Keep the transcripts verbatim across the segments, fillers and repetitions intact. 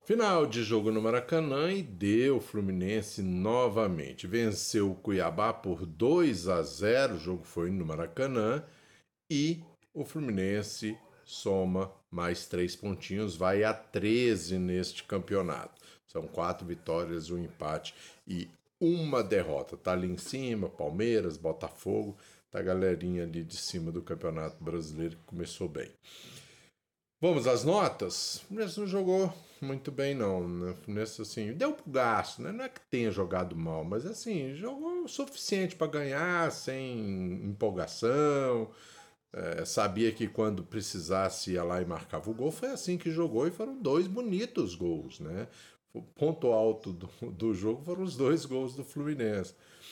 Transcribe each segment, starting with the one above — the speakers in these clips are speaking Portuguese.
Final de jogo no Maracanã e deu Fluminense novamente. Venceu o Cuiabá por dois a zero. O jogo foi no Maracanã e o Fluminense soma mais três pontinhos, vai a treze neste campeonato. São quatro vitórias, um empate e uma derrota. Tá ali em cima, Palmeiras, Botafogo, tá a galerinha ali de cima do Campeonato Brasileiro que começou bem. Vamos às notas? O Fluminense não jogou muito bem, não. Né? O Fluminense, assim, deu pro gasto, né? Não é que tenha jogado mal, mas, assim, jogou o suficiente para ganhar, sem empolgação. É, sabia que quando precisasse ia lá e marcava o gol. Foi assim que jogou e foram dois bonitos gols, né? O ponto alto do, do jogo foram os dois gols do Fluminense.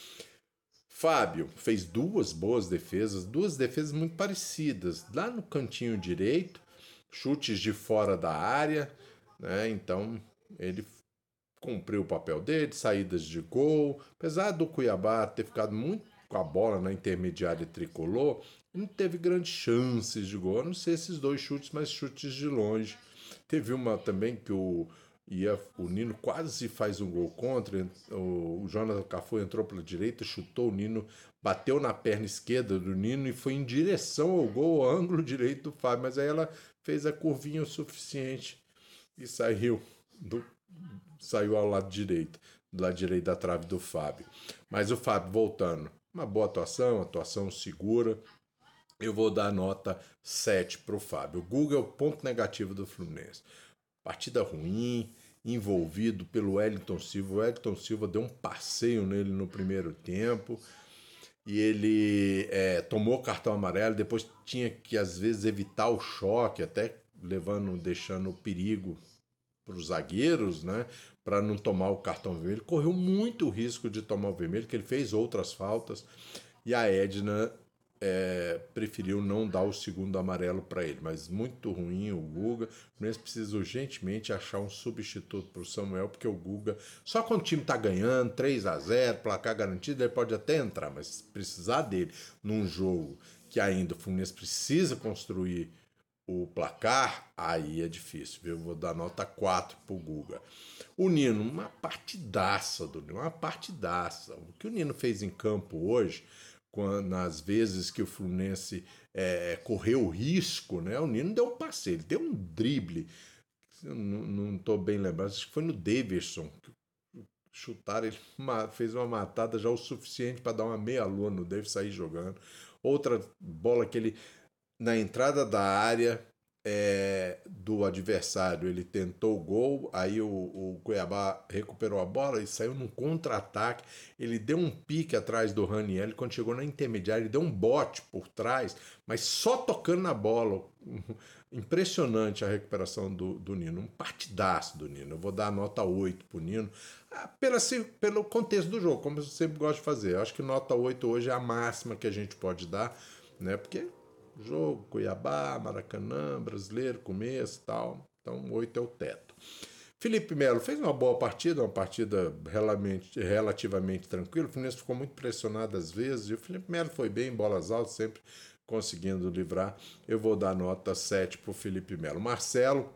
Fábio fez duas boas defesas, duas defesas muito parecidas. Lá no cantinho direito, chutes de fora da área, né? Então ele cumpriu o papel dele, saídas de gol. Apesar do Cuiabá ter ficado muito com a bola na intermediária tricolor, não teve grandes chances de gol, a não ser esses dois chutes, mas chutes de longe. Teve uma também que o, ia, o Nino quase faz um gol contra, o, o Jonathan Cafu entrou pela direita, chutou, o Nino bateu na perna esquerda do Nino e foi em direção ao gol, ao ângulo direito do Fábio, mas aí ela fez a curvinha o suficiente e saiu do, saiu ao lado direito, do lado direito da trave do Fábio. Mas o Fábio voltando, uma boa atuação, atuação segura. Eu vou dar nota sete para o Fábio. O Google é o ponto negativo do Fluminense. Partida ruim, envolvido pelo Wellington Silva. O Wellington Silva deu um passeio nele no primeiro tempo e ele é, tomou cartão amarelo, depois tinha que às vezes evitar o choque, até levando, deixando o perigo para os zagueiros, né, para não tomar o cartão vermelho. Correu muito risco de tomar o vermelho, que ele fez outras faltas e a Edna é, preferiu não dar o segundo amarelo para ele, mas muito ruim o Guga. O Fluminense precisa urgentemente achar um substituto para o Samuel, porque o Guga, só quando o time está ganhando, três a zero, placar garantido, ele pode até entrar, mas precisar dele num jogo que ainda o Fluminense precisa construir o placar, aí é difícil, viu? Eu vou dar nota quatro pro Guga. O Nino, uma partidaça do Nino, uma partidaça. O que o Nino fez em campo hoje, quando, nas vezes que o Fluminense é, correu risco, né? O Nino deu um passeio, ele deu um drible. Eu não estou bem lembrado, acho que foi no Davidson. Chutaram, ele fez uma matada já o suficiente para dar uma meia-lua no Davidson sair jogando. Outra bola que ele na entrada da área é, do adversário, ele tentou o gol, aí o, o Cuiabá recuperou a bola e saiu num contra-ataque. Ele deu um pique atrás do Raniel, quando chegou na intermediária, ele deu um bote por trás, mas só tocando na bola. Impressionante a recuperação do, do Nino, um partidaço do Nino. Eu vou dar nota oito pro Nino, pela, pelo contexto do jogo, como eu sempre gosto de fazer. Eu acho que nota oito hoje é a máxima que a gente pode dar, né? Porque jogo, Cuiabá, Maracanã, brasileiro, começo e tal. Então, oito é o teto. Felipe Melo fez uma boa partida, uma partida relativamente, relativamente tranquila. O Fluminense ficou muito pressionado às vezes e o Felipe Melo foi bem, bolas altas, sempre conseguindo livrar. Eu vou dar nota sete para o Felipe Melo. Marcelo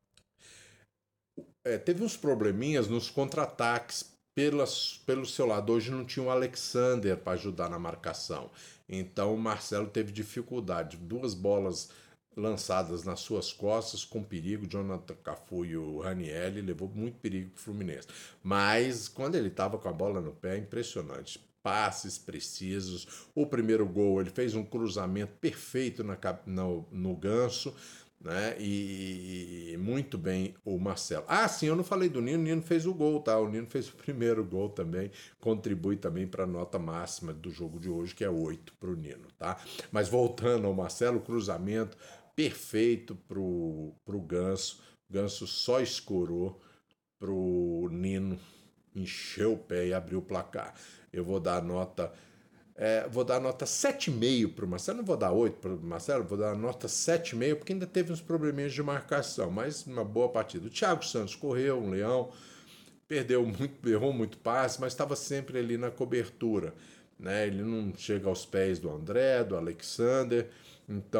é, teve uns probleminhas nos contra-ataques pelas, pelo seu lado. Hoje não tinha o Alexander para ajudar na marcação. Então o Marcelo teve dificuldade. Duas bolas lançadas nas suas costas com perigo. Jonathan Cafu e o Raniel levou muito perigo para o Fluminense. Mas quando ele estava com a bola no pé, é impressionante. Passes precisos. O primeiro gol, ele fez um cruzamento perfeito na, no, no Ganso. Né? E, e muito bem o Marcelo. Ah, sim, eu não falei do Nino, o Nino fez o gol, tá? O Nino fez o primeiro gol também, contribui também para a nota máxima do jogo de hoje, que é oito para o Nino, tá? Mas voltando ao Marcelo, cruzamento perfeito pro, pro Ganso, o Ganso só escorou pro Nino, encheu o pé e abriu o placar. Eu vou dar nota É, vou dar nota sete vírgula cinco para o Marcelo. Não vou dar oito para o Marcelo, vou dar nota sete vírgula cinco, porque ainda teve uns probleminhas de marcação, mas uma boa partida. O Thiago Santos correu, um leão, perdeu muito, errou muito passe, mas estava sempre ali na cobertura. Né? Ele não chega aos pés do André, do Alexander, então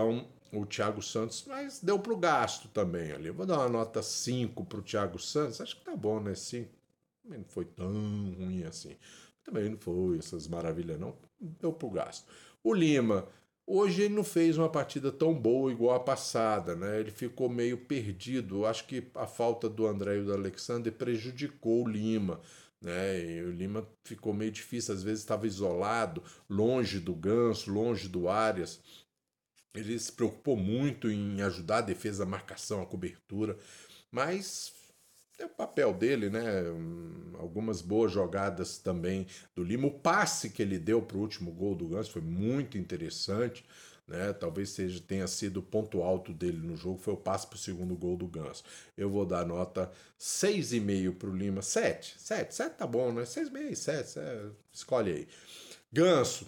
o Thiago Santos, mas deu para o gasto também ali. Eu vou dar uma nota cinco para o Thiago Santos, acho que tá bom, né? cinco. Também não foi tão ruim assim. Também não foi essas maravilhas, não. Deu pro gasto. O Lima, hoje ele não fez uma partida tão boa igual a passada, né? Ele ficou meio perdido. Acho que a falta do André e do Alexander prejudicou o Lima, né? E o Lima ficou meio difícil, às vezes estava isolado, longe do Ganso, longe do Arias. Ele se preocupou muito em ajudar a defesa, a marcação, a cobertura, mas é o papel dele, né? Hum, Algumas boas jogadas também do Lima. O passe que ele deu para o último gol do Ganso foi muito interessante, né? Talvez seja, tenha sido o ponto alto dele no jogo, foi o passe para o segundo gol do Ganso. Eu vou dar nota seis e meio para o Lima. sete, sete, sete tá bom, né? seis e meio, sete, escolhe aí. Ganso,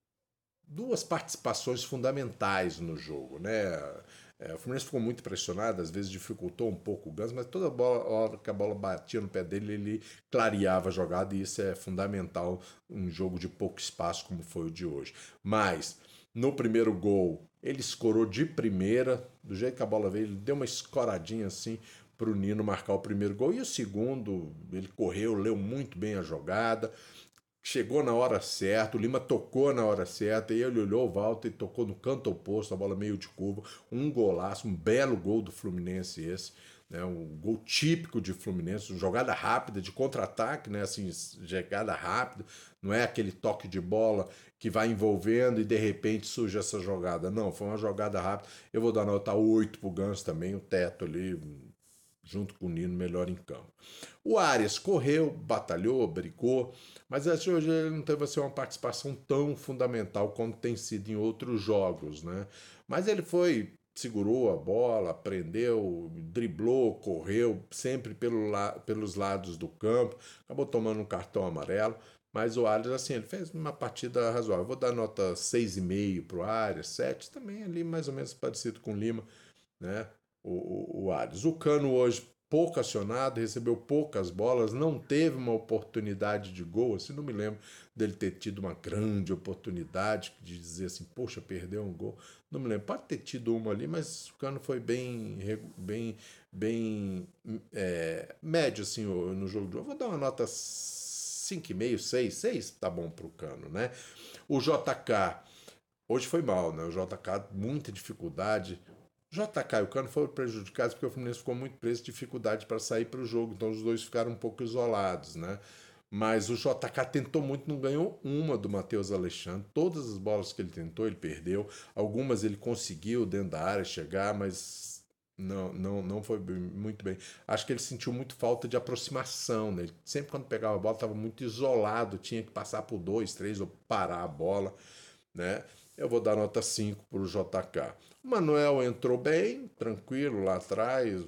duas participações fundamentais no jogo, né? É, o Fluminense ficou muito pressionado, às vezes dificultou um pouco o Ganso, mas toda bola, hora que a bola batia no pé dele, ele clareava a jogada e isso é fundamental em um jogo de pouco espaço como foi o de hoje. Mas no primeiro gol, ele escorou de primeira, do jeito que a bola veio, ele deu uma escoradinha assim para o Nino marcar o primeiro gol. E o segundo, ele correu, leu muito bem a jogada, chegou na hora certa, o Lima tocou na hora certa, e ele olhou o Walter e tocou no canto oposto, a bola meio de curva, um golaço, um belo gol do Fluminense esse, né, um gol típico de Fluminense, uma jogada rápida, de contra-ataque, né, assim, jogada rápida, não é aquele toque de bola que vai envolvendo e de repente surge essa jogada, não, foi uma jogada rápida. Eu vou dar nota oito pro Ganso também, o teto ali, junto com o Nino, melhor em campo. O Arias correu, batalhou, brigou, mas acho que hoje ele não teve assim, uma participação tão fundamental quanto tem sido em outros jogos, né? Mas ele foi, segurou a bola, prendeu, driblou, correu, sempre pelo la pelos lados do campo, acabou tomando um cartão amarelo, mas o Arias, assim, ele fez uma partida razoável. Eu vou dar nota seis e meio para o Arias, sete também ali mais ou menos parecido com o Lima, né? O, o, o Arias. O Cano hoje pouco acionado, recebeu poucas bolas, não teve uma oportunidade de gol, assim, não me lembro dele ter tido uma grande oportunidade de dizer assim, poxa, perdeu um gol, não me lembro, pode ter tido uma ali, mas o Cano foi bem, bem, bem é, médio, assim, no jogo de hoje. Vou dar uma nota cinco e meio, seis, seis tá bom pro Cano, né? O J K, hoje foi mal, né? O J K, muita dificuldade. J K e o Cano foram prejudicados porque o Fluminense ficou muito preso, dificuldade para sair para o jogo, então os dois ficaram um pouco isolados, né? Mas o J K tentou muito, não ganhou uma do Matheus Alexandre. Todas as bolas que ele tentou, ele perdeu. Algumas ele conseguiu dentro da área chegar, mas não, não, não foi muito bem. Acho que ele sentiu muito falta de aproximação, né? Ele, sempre quando pegava a bola estava muito isolado, tinha que passar por dois, três ou parar a bola, né? Eu vou dar nota cinco para o J K. O Manuel entrou bem, tranquilo lá atrás.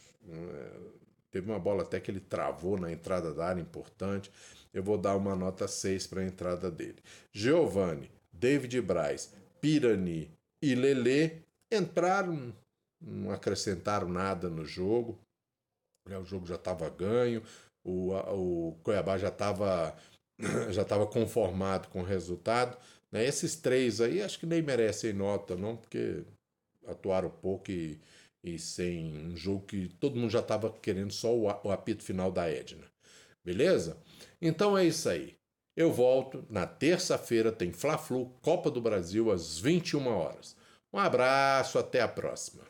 Teve uma bola até que ele travou na entrada da área, importante. Eu vou dar uma nota seis para a entrada dele. Giovani, David Braz, Pirani e Lelê entraram, não acrescentaram nada no jogo. O jogo já estava ganho, o, o Cuiabá já estava já estava conformado com o resultado. Né? Esses três aí acho que nem merecem nota, não, porque atuaram pouco e, e sem um jogo que todo mundo já estava querendo só o, o apito final da Edna. Beleza? Então é isso aí. Eu volto na terça-feira, tem Fla-Flu, Copa do Brasil, às vinte e uma horas. Um abraço, até a próxima.